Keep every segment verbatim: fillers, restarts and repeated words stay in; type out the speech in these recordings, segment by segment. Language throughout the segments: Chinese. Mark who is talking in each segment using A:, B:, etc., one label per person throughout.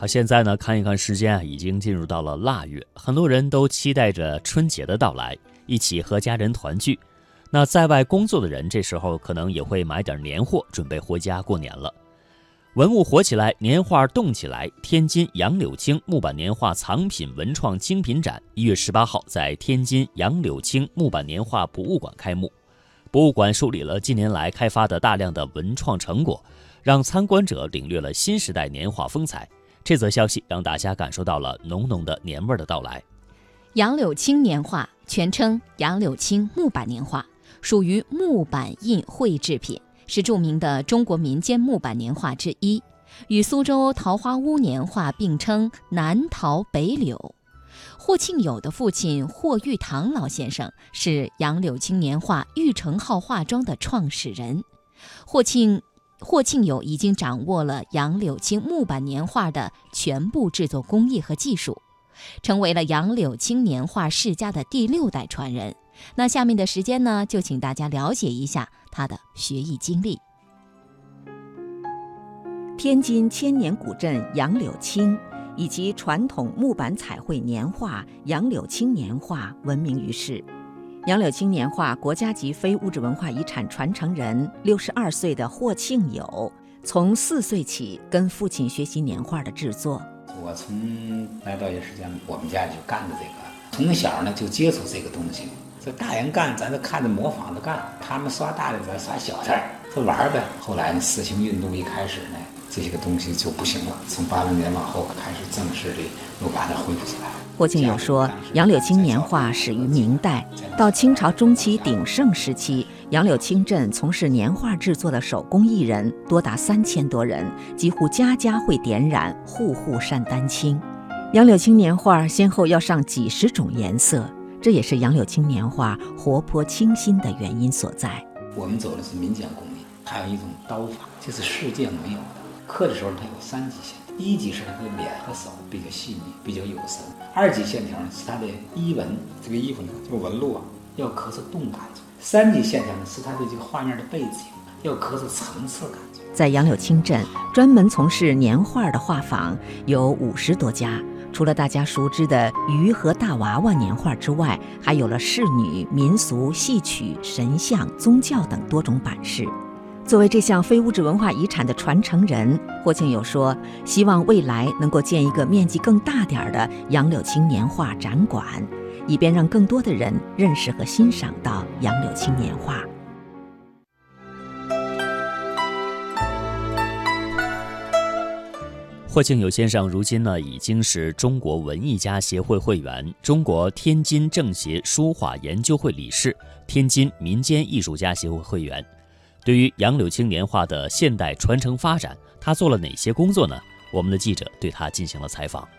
A: 现在呢，看一看时间啊，已经进入到了腊月，很多人都期待着春节的到来，一起和家人团聚。那在外工作的人，这时候可能也会买点年货，准备回家过年了。文物活起来，年画动起来。天津杨柳青木板年画藏品文创精品展一月十八号在天津杨柳青木板年画博物馆开幕。博物馆梳理了近年来开发的大量的文创成果，让参观者领略了新时代年画风采。这则消息让大家感受到了浓浓的年味的到来。
B: 杨柳青年画全称杨柳青木板年画，属于木板印绘制品，是著名的中国民间木板年画之一，与苏州桃花坞年画并称南桃北柳。霍庆友的父亲霍玉堂老先生是杨柳青年画玉成号画庄的创始人。霍庆霍庆友已经掌握了杨柳青木板年画的全部制作工艺和技术，成为了杨柳青年画世家的第六代传人。那下面的时间呢，就请大家了解一下他的学艺经历。
C: 天津千年古镇杨柳青以及传统木板彩绘年画杨柳青年画闻名于世。杨柳青年画国家级非物质文化遗产传承人六十二岁的霍庆友，从四岁起跟父亲学习年画的制作。
D: 我从来到这时间，我们家就干的这个，从小呢就接触这个东西。这大人干，咱就看着模仿着干；他们刷大的，咱刷小的，这玩呗。后来呢，四清运动一开始呢，这些个东西就不行了。从八零年往后开始正式的又把它恢复起来。
C: 霍庆友说，杨柳青年画始于明代，到清朝中期鼎盛时期，杨柳青镇从事年画制作的手工艺人多达三千多人，几乎家家会点染，户户善丹青。杨柳青年画先后要上几十种颜色，这也是杨柳青年画活泼清新的原因所在。
D: 我们走的是民间工艺，还有一种刀法，这是世界没有的。刻的时候它有三级线，一级是它的脸和手比较细腻，比较有神；二级线条呢是它的衣纹，这个衣服呢这个纹路啊要刻出动感；三级线条呢是它的这个画面的背景，要刻出层次感。
C: 在杨柳青镇，专门从事年画的画坊有五十多家。除了大家熟知的鱼和大娃娃年画之外，还有了仕女、民俗、戏曲、神像、宗教等多种版式。作为这项非物质文化遗产的传承人，霍庆友说，希望未来能够建一个面积更大点的杨柳青年画展馆，以便让更多的人认识和欣赏到杨柳青年画。
A: 霍庆友先生如今呢，已经是中国文艺家协会会员、中国天津政协书画研究会理事、天津民间艺术家协会会员。对于杨柳青年画的现代传承发展，他做了哪些工作呢？我们的记者对他进行了采访。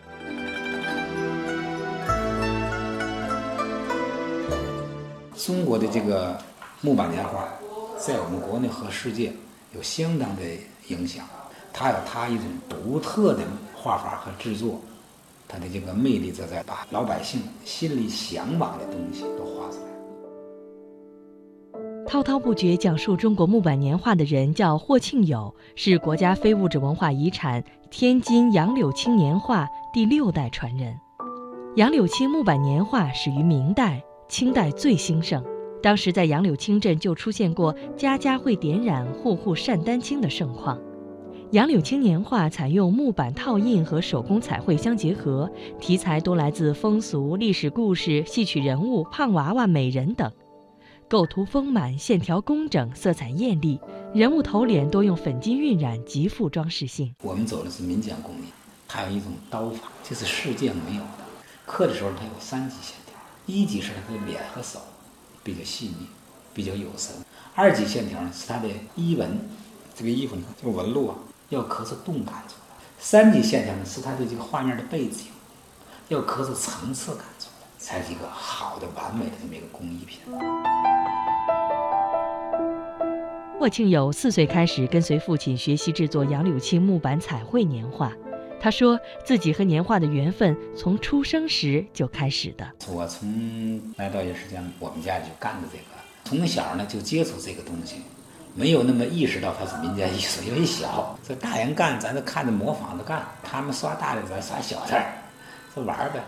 D: 中国的这个木板年画，在我们国内和世界有相当的影响。它有它一种独特的画法和制作，它的这个魅力就在把老百姓心里向往的东西都画出来。
E: 滔滔不绝讲述中国木板年画的人叫霍庆友，是国家非物质文化遗产天津杨柳青年画第六代传人。杨柳青木板年画始于明代，清代最兴盛。当时在杨柳青镇就出现过家家会点染，户户善丹青的盛况。杨柳青年画采用木板套印和手工彩绘相结合，题材多来自风俗、历史故事、戏曲人物、胖娃娃、美人等，构图丰满，线条工整，色彩艳丽，人物头脸多用粉金晕染，极富装饰性。
D: 我们走的是民间工艺，还有一种刀法，这是世界没有的。刻的时候它有三级线条，一级是它的脸和手比较细腻，比较有神；二级线条呢是它的衣纹，这个衣服呢这个纹路啊要刻出动感出来；三级线条呢是它的这个画面的背景，要刻出层次感出来，才是一个好的完美的这么一个工艺品。
E: 霍庆友四岁开始跟随父亲学习制作杨柳青木板彩绘年画。他说自己和年画的缘分从出生时就开始的。
D: 我从来到这时间，我们家就干的这个，从小呢就接触这个东西， 没有那么意识到它是民间艺术，因为小，这大人干咱就看着模仿着干，他们刷大的咱刷小的，是玩呗。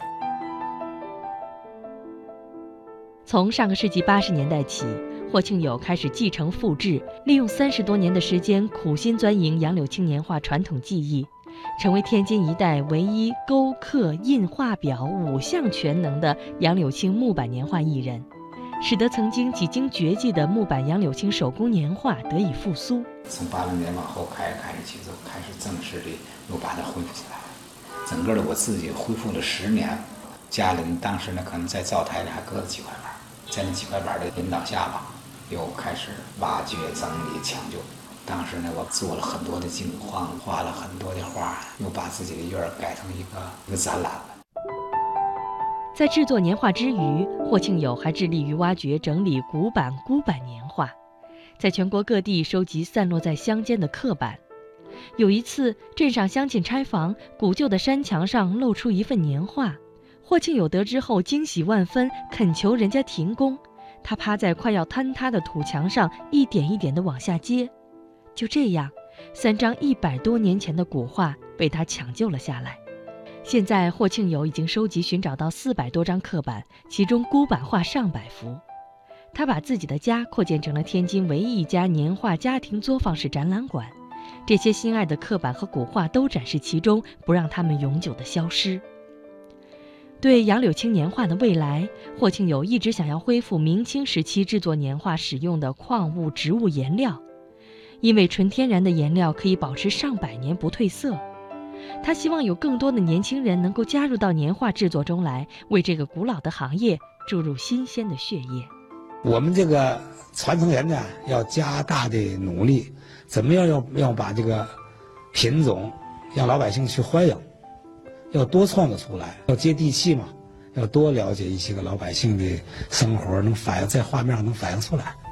E: 从上个世纪八十年代起，霍庆友开始继承复制，利用三十多年的时间苦心钻营杨柳青年画传统技艺，成为天津一带唯一勾刻、印画表五项全能的杨柳青木板年画艺人，使得曾经几经绝迹的木板杨柳青手工年画得以复苏。
D: 从八零年往后开始开始去做，开始正式的又把它恢复起来。整个的我自己恢复了十年，家里当时呢可能在灶台里还搁了几块板，在那几块板的引导下吧，又开始挖掘、整理、抢救。当时呢，我做了很多的镜框，画了很多的画，又把自己的院儿改成一个一个展览了。
E: 在制作年画之余，霍庆友还致力于挖掘、整理古板、孤板年画，在全国各地收集散落在乡间的刻板。有一次，镇上乡亲拆房，古旧的山墙上露出一份年画，霍庆友得知后惊喜万分，恳求人家停工。他趴在快要坍塌的土墙上，一点一点地往下接。就这样，三张一百多年前的古画被他抢救了下来。现在霍庆友已经收集寻找到四百多张刻板，其中孤板画上百幅。他把自己的家扩建成了天津唯一一家年画家庭作坊式展览馆，这些心爱的刻板和古画都展示其中，不让它们永久的消失。对杨柳青年画的未来，霍庆友一直想要恢复明清时期制作年画使用的矿物植物颜料，因为纯天然的颜料可以保持上百年不褪色。他希望有更多的年轻人能够加入到年画制作中来，为这个古老的行业注入新鲜的血液。
F: 我们这个传承人呢，要加大的努力，怎么样要要把这个品种让老百姓去欢迎，要多创造出来，要接地气嘛，要多了解一些个老百姓的生活，能反映在画面上能反映出来。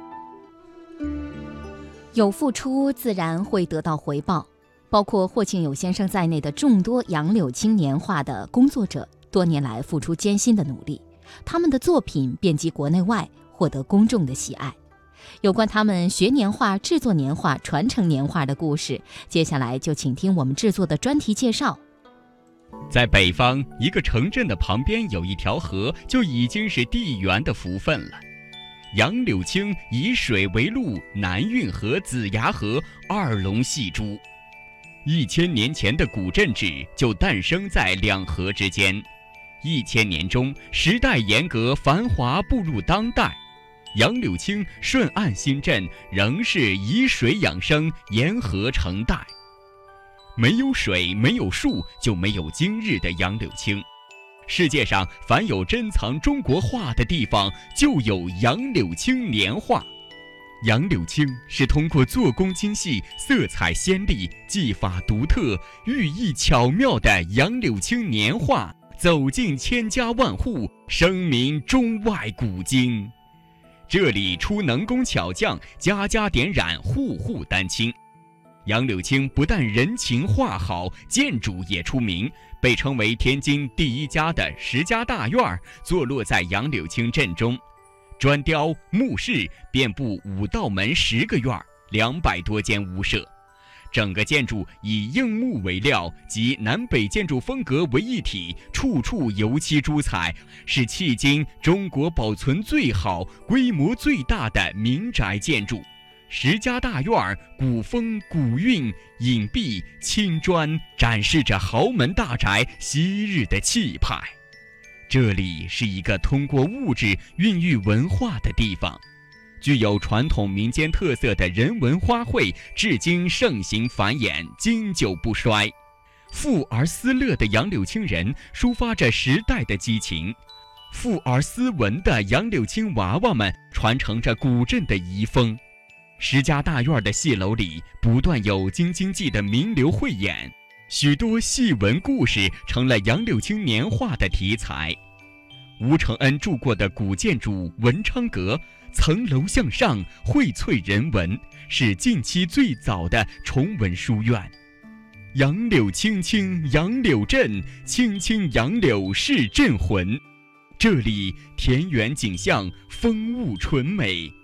B: 有付出，自然会得到回报。包括霍庆友先生在内的众多杨柳青年画的工作者，多年来付出艰辛的努力，他们的作品遍及国内外，获得公众的喜爱。有关他们学年画、制作年画、传承年画的故事，接下来就请听我们制作的专题介绍。
G: 在北方，一个城镇的旁边有一条河，就已经是地缘的福分了。杨柳青以水为路，南运河、子牙河二龙戏珠。一千年前的古镇址就诞生在两河之间。一千年中，时代沿革，繁华步入当代。杨柳青顺岸新镇仍是以水养生，沿河成代。没有水，没有树，就没有今日的杨柳青。世界上凡有珍藏中国画的地方，就有杨柳青年画。杨柳青是通过做工精细、色彩鲜丽、技法独特、寓意巧妙的杨柳青年画，走进千家万户，声名中外古今。这里出能工巧匠，家家点染，户户丹青。杨柳青不但人情画好，建筑也出名，被称为天津第一家的石家大院，坐落在杨柳青镇中。砖雕、木饰遍布五道门十个院，两百多间屋舍。整个建筑以硬木为料，及南北建筑风格为一体，处处油漆珠彩，是迄今中国保存最好、规模最大的民宅建筑。石家大院古风古韵、隐蔽青砖，展示着豪门大宅昔日的气派。这里是一个通过物质孕育文化的地方，具有传统民间特色的人文花卉至今盛行繁衍，经久不衰。富而思乐的杨柳青人抒发着时代的激情，富而斯文的杨柳青娃娃们传承着古镇的遗风。石家大院的戏楼里不断有京津冀的名流汇演，许多戏文故事成了杨柳青年画的题材。吴承恩住过的古建筑文昌阁，层楼向上，荟萃人文，是近期最早的崇文书院。杨柳青青杨柳镇，青青杨柳是镇魂。这里田园景象，风物纯美。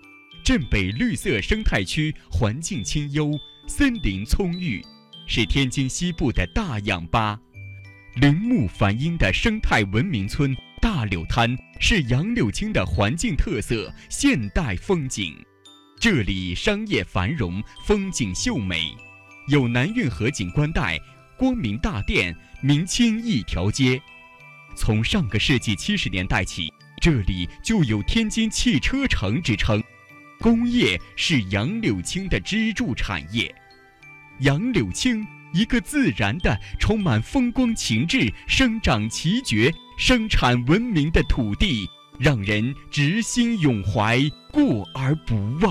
G: 镇北绿色生态区环境清幽，森林葱郁，是天津西部的大氧吧。林木繁荫的生态文明村大柳滩是杨柳青的环境特色现代风景。这里商业繁荣，风景秀美，有南运河景观带、光明大殿、明清一条街。从上个世纪七十年代起，这里就有天津汽车城之称。工业是杨柳青的支柱产业。杨柳青，一个自然的、充满风光情致、生长奇绝、生产文明的土地，让人执心永怀，过而不忘。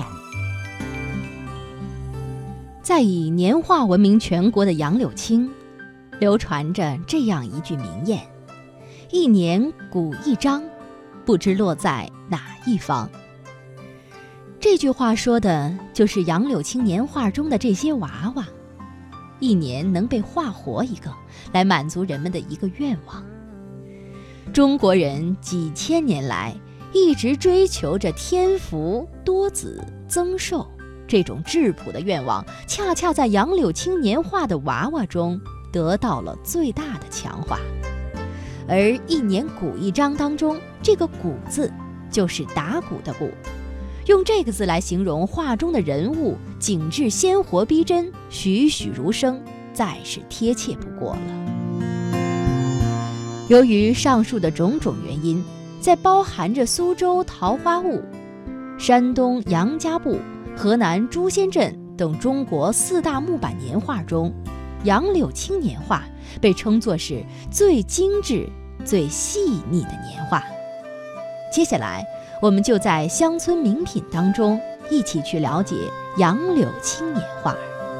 B: 在以年画闻名全国的杨柳青，流传着这样一句名谚：一年谷一张，不知落在哪一方。这句话说的就是杨柳青年画中的这些娃娃，一年能被画活一个，来满足人们的一个愿望。中国人几千年来一直追求着天福、多子、增寿这种质朴的愿望，恰恰在杨柳青年画的娃娃中得到了最大的强化。而一年鼓一张当中，这个鼓字就是打鼓的鼓，用这个字来形容画中的人物，景致鲜活逼真，栩栩如生，再是贴切不过了。由于上述的种种原因，在包含着苏州桃花坞、山东杨家埠、河南朱仙镇等中国四大木板年画中，杨柳青年画被称作是最精致、最细腻的年画。接下来，我们就在乡村名品当中一起去了解杨柳青年画。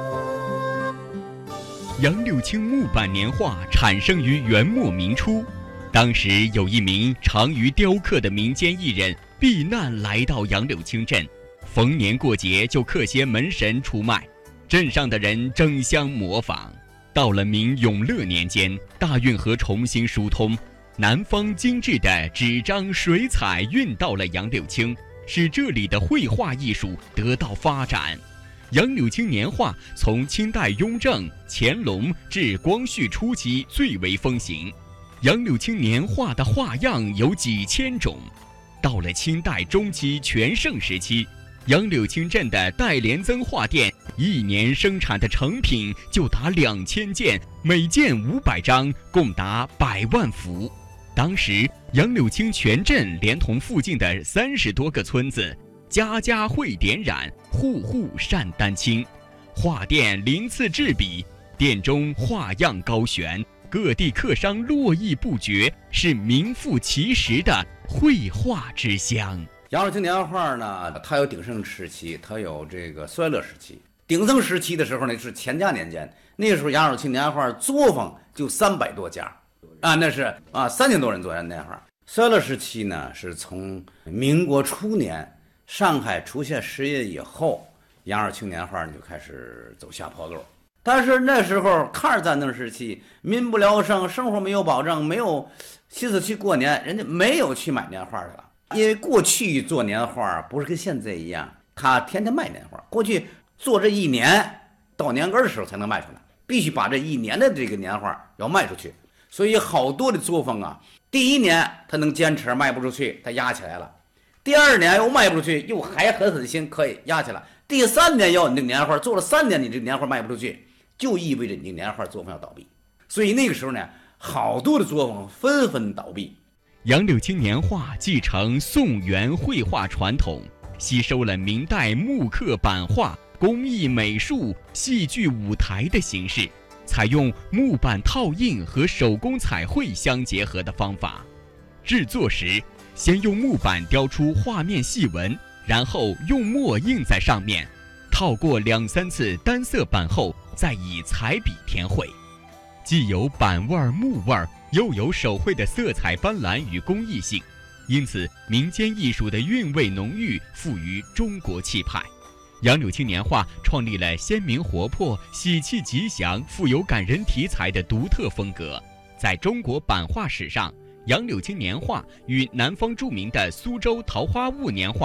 G: 杨柳青木板年画产生于元末明初，当时有一名长于雕刻的民间艺人避难来到杨柳青镇，逢年过节就刻些门神出卖，镇上的人争相模仿。到了明永乐年间，大运河重新疏通，南方精致的纸张水彩运到了杨柳青，使这里的绘画艺术得到发展。杨柳青年画从清代雍正、乾隆至光绪初期最为风行。杨柳青年画的画样有几千种。到了清代中期全盛时期，杨柳青镇的戴连增画店一年生产的成品就达两千件，每件五百张，共达百万幅。当时杨柳青全镇连同附近的三十多个村子，家家绘点染，户户善丹青，画店鳞次栉比，店中画样高悬，各地客商络绎不绝，是名副其实的绘画之乡。
H: 杨柳青年画呢，它有鼎盛时期，它有这个衰落时期。鼎盛时期的时候呢，是乾嘉年间，那个时候杨柳青年画作坊就三百多家，啊，那是啊三千多人做年画。衰落时期呢，是从民国初年上海出现失业以后，杨柳青年画就开始走下坡路。但是那时候抗日战争时期，民不聊生，生活没有保障，没有心思去过年，人家没有去买年画的了。因为过去做年画不是跟现在一样，他天天卖年画，过去做这一年到年根的时候才能卖出来，必须把这一年的这个年画要卖出去。所以好多的作坊啊，第一年他能坚持卖不出去，他压起来了，第二年又卖不出去，又还狠狠心可以压起来，第三年要你这年画做了三年，你这年画卖不出去，就意味着你年画作坊要倒闭。所以那个时候呢，好多的作坊纷纷倒闭。
G: 杨柳青年画继承宋元绘画传统，吸收了明代木刻版画、工艺美术、戏剧舞台的形式，采用木板套印和手工彩绘相结合的方法。制作时，先用木板雕出画面细纹，然后用墨印在上面，套过两三次单色板后，再以彩笔填绘。既有板味儿、木味儿，又有手绘的色彩斑斓与工艺性，因此民间艺术的韵味浓郁，富于中国气派。杨柳青年画创立了鲜明活泼、喜气吉祥、富有感人题材的独特风格。在中国版画史上，杨柳青年画与南方著名的苏州桃花坞年画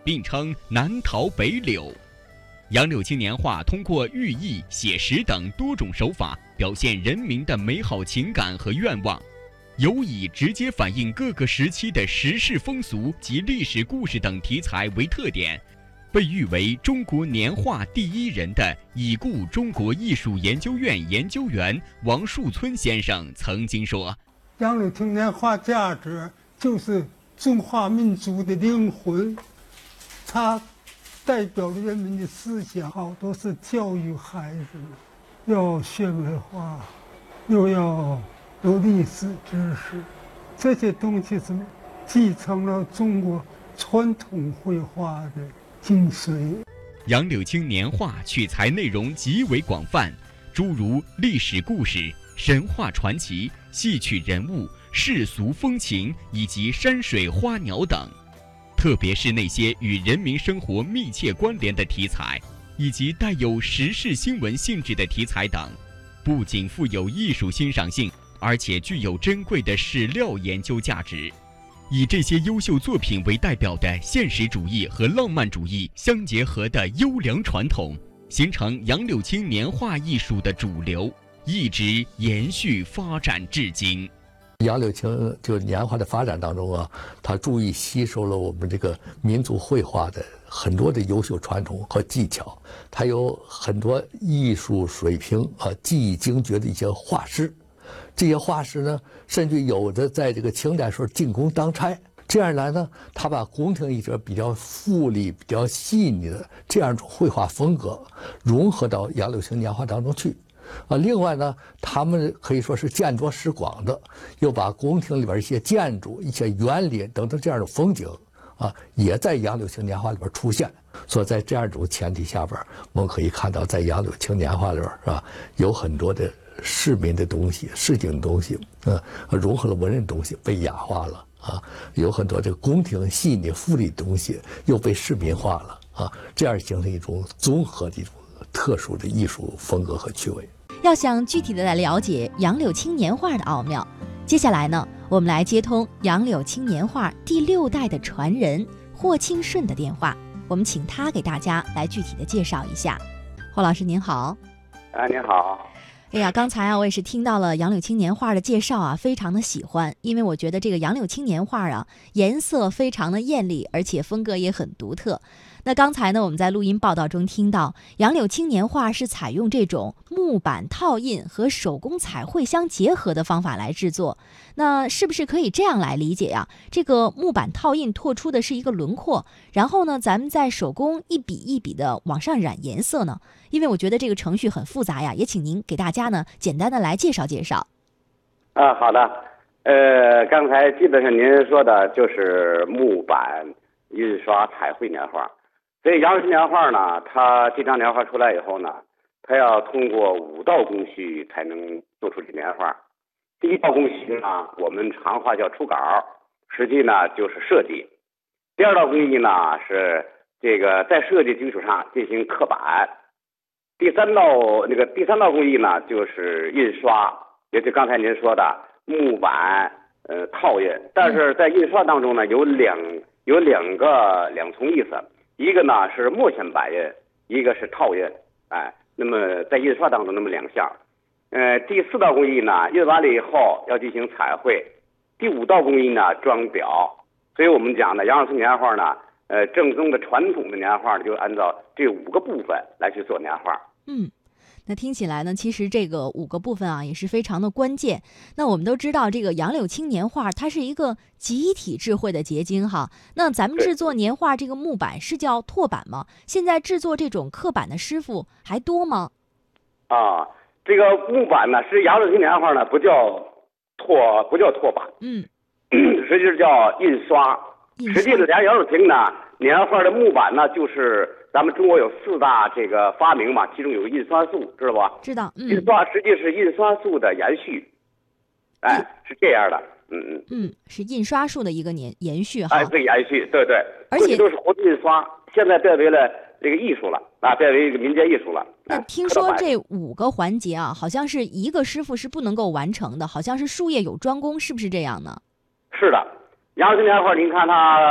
G: 并称南桃北柳。杨柳青年画通过寓意、写实等多种手法，表现人民的美好情感和愿望，尤以直接反映各个时期的时事风俗及历史故事等题材为特点，被誉为中国年画第一人的已故中国艺术研究院研究员王树村先生曾经说：“
I: 杨柳青年画价值就是中华民族的灵魂，它代表了人民的思想，好多是教育孩子们要学文化，又要有历史知识，这些东西是继承了中国传统绘画的精髓。”
G: 杨柳青年画取材内容极为广泛，诸如历史故事、神话传奇、戏曲人物、世俗风情以及山水花鸟等。特别是那些与人民生活密切关联的题材，以及带有时事新闻性质的题材等，不仅富有艺术欣赏性，而且具有珍贵的史料研究价值。以这些优秀作品为代表的现实主义和浪漫主义相结合的优良传统，形成杨柳青年画艺术的主流，一直延续发展至今。
J: 杨柳青就年画的发展当中啊，它注意吸收了我们这个民族绘画的很多的优秀传统和技巧，它有很多艺术水平啊技艺精绝的一些画师，这些画师呢，甚至有的在这个清代时候进宫当差，这样来呢，他把宫廷一些比较富丽、比较细腻的这样一种绘画风格融合到杨柳青年画当中去。啊，另外呢，他们可以说是见多识广的，又把宫廷里边一些建筑、一些园林等等这样的风景啊，也在杨柳青年画里边出现。所以在这样一种前提下边，我们可以看到，在杨柳青年画里边是吧，有很多的市民的东西、市井的东西，嗯、呃，融合了文人东西，被雅化了啊；有很多这个宫廷细腻富丽的东西又被市民化了啊，这样形成一种综合的一种特殊的艺术风格和趣味。
B: 要想具体的来了解杨柳青年画的奥妙，接下来呢，我们来接通杨柳青年画第六代的传人霍庆顺的电话，我们请他给大家来具体的介绍一下。霍老师您好。
K: 啊，您好。
B: 哎呀，刚才啊，我也是听到了杨柳青年画的介绍啊，非常的喜欢，因为我觉得这个杨柳青年画啊，颜色非常的艳丽，而且风格也很独特。那刚才呢，我们在录音报道中听到，杨柳青年画是采用这种木板套印和手工彩绘相结合的方法来制作。那是不是可以这样来理解呀？这个木板套印拓出的是一个轮廓，然后呢，咱们再手工一笔一笔的往上染颜色呢？因为我觉得这个程序很复杂呀，也请您给大家呢简单的来介绍介绍。
K: 啊，好的。呃，刚才基本上您说的就是木板印刷彩绘年画。所以杨柳青年画呢，它这张年画出来以后呢，它要通过五道工序才能做出这年画。第一道工序呢，我们常话叫出稿，实际呢就是设计。第二道工艺呢是这个在设计基础上进行刻板。第三道那个第三道工艺呢就是印刷，也就刚才您说的木板呃套印。但是在印刷当中呢，有两有两个两重意思。一个呢是墨线版印，一个是套印，哎，那么在印刷当中那么两项。呃，第四道工艺呢，印完了以后要进行彩绘。第五道工艺呢，装裱。所以我们讲呢，杨柳青年画呢，呃，正宗的传统的年画就按照这五个部分来去做年画。
B: 嗯。那听起来呢，其实这个五个部分啊也是非常的关键。那我们都知道，这个杨柳青年画它是一个集体智慧的结晶哈。那咱们制作年画这个木板是叫拓板吗？现在制作这种刻板的师傅还多吗？
K: 啊，这个木板呢，是杨柳青年画呢，不叫拓，不叫拓板，
B: 嗯，
K: 实际是叫印刷。实际的，咱杨柳青呢，年画的木板呢，就是咱们中国有四大这个发明嘛，其中有个印刷术，知道吧？
B: 知道。嗯、
K: 印刷实际是印刷术的延续，哎，嗯、是这样的。嗯嗯
B: 嗯，是印刷术的一个延延续哈。
K: 哎，对，延续，对对。
B: 而且
K: 都是活字印刷，现在变为了这个艺术了啊，变为一个民间艺术了。
B: 那听说这五个环节啊，好像是一个师傅是不能够完成的，好像是术业有专攻，是不是这样呢？
K: 是的。杨柳青年画，您看它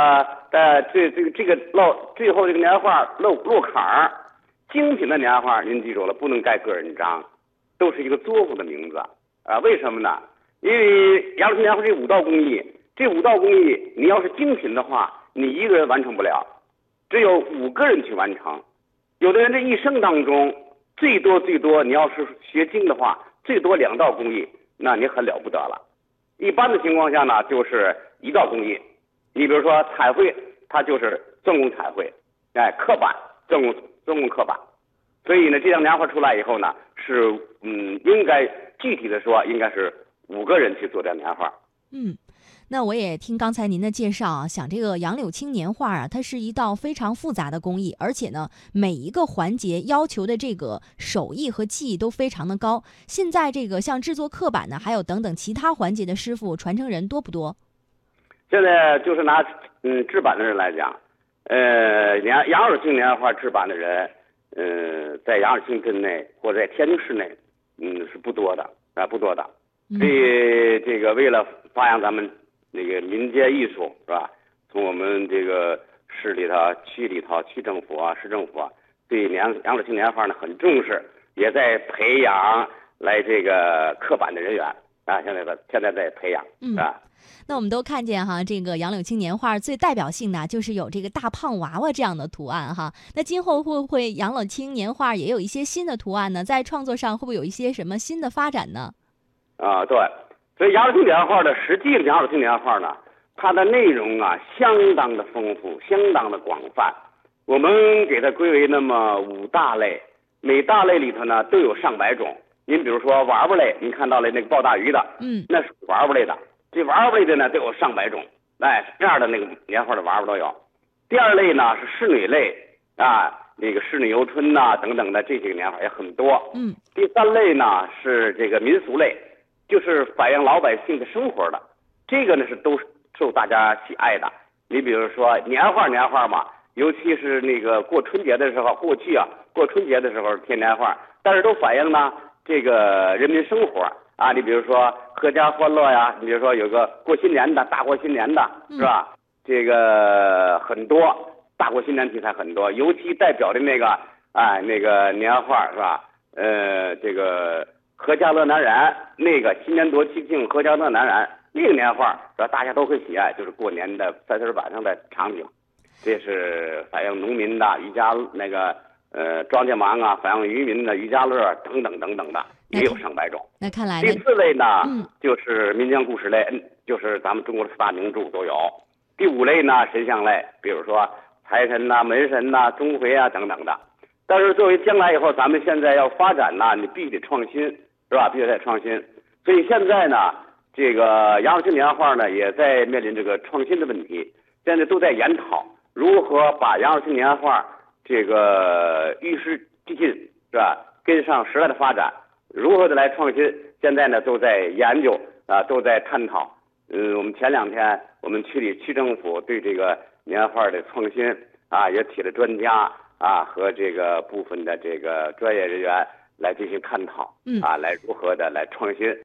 K: 在这这个这个落最后这个年画落落坎儿，精品的年画您记住了，不能盖个人章，都是一个作坊的名字啊。为什么呢？因为杨柳青年画这五道工艺，这五道工艺你要是精品的话，你一个人完成不了，只有五个人去完成。有的人这一生当中最多最多，你要是学精的话，最多两道工艺，那你很了不得了。一般的情况下呢，就是一道工艺。你比如说彩绘，它就是专攻彩绘，哎，刻板专攻专攻刻板。所以呢，这张年画出来以后呢，是嗯，应该具体的说，应该是五个人去做这年画。
B: 嗯。那我也听刚才您的介绍啊，想这个杨柳青年画啊，它是一道非常复杂的工艺，而且呢，每一个环节要求的这个手艺和技艺都非常的高。现在这个像制作刻板呢，还有等等其他环节的师傅传承人多不多？
K: 现在就是拿嗯制版的人来讲，呃，杨杨柳青年画制版的人，呃，在杨柳青镇内或者在天津市内，嗯，是不多的啊，不多的。所以这个为了发扬咱们那个民间艺术是吧？从我们这个市里头、区里头、区政府啊、市政府啊，对杨杨柳青年画呢很重视，也在培养来这个刻板的人员啊。现在的现在在培养啊。
B: 那我们都看见哈，这个杨柳青年画最代表性的就是有这个大胖娃娃这样的图案哈。那今后会不会杨柳青年画也有一些新的图案呢？在创作上会不会有一些什么新的发展呢？
K: 啊，对。所以杨柳青年画的实际的杨柳青年画呢，它的内容啊相当的丰富，相当的广泛。我们给它归为那么五大类，每大类里头呢都有上百种。您比如说玩玩类，您看到了那个抱大鱼的，嗯，那是玩玩类的。这玩玩类的呢都有上百种，哎，这样的那个年画的玩玩都有。第二类呢是仕女类啊，那个仕女游春呐、啊、等等的这些个年画也很多。嗯。第三类呢是这个民俗类。就是反映老百姓的生活的，这个呢是都受大家喜爱的。你比如说年画年画嘛，尤其是那个过春节的时候，过去啊过春节的时候贴年画，但是都反映呢这个人民生活啊。你比如说阖家欢乐呀，你比如说有个过新年的大过新年的是吧？嗯、这个很多大过新年题材很多，尤其代表的那个哎那个年画是吧？呃，这个。阖家乐南然，那个新年多喜庆，阖家乐南然那个年画，是吧？大家都很喜爱，就是过年的三十晚上的场景。这是反映农民的渔家那个呃庄稼忙啊，反映渔民的渔家乐等等等等的，也有上百种。
B: 那看来
K: 第四类呢，嗯，就是民间故事类，就是咱们中国的四大名著都有。第五类呢，神像类，比如说财神呐、门神呐、钟馗啊等等的。但是作为将来以后，咱们现在要发展呢，你必须得创新。是吧？必须得创新，所以现在呢，这个杨柳青年画呢也在面临这个创新的问题，现在都在研讨如何把杨柳青年画这个与时俱进，是吧？跟上时代的发展，如何的来创新？现在呢都在研究啊，都在探讨。嗯，我们前两天我们区里区政府对这个年画的创新啊，也请了专家啊和这个部分的这个专业人员。来进行探讨，嗯啊，来如何的来创新。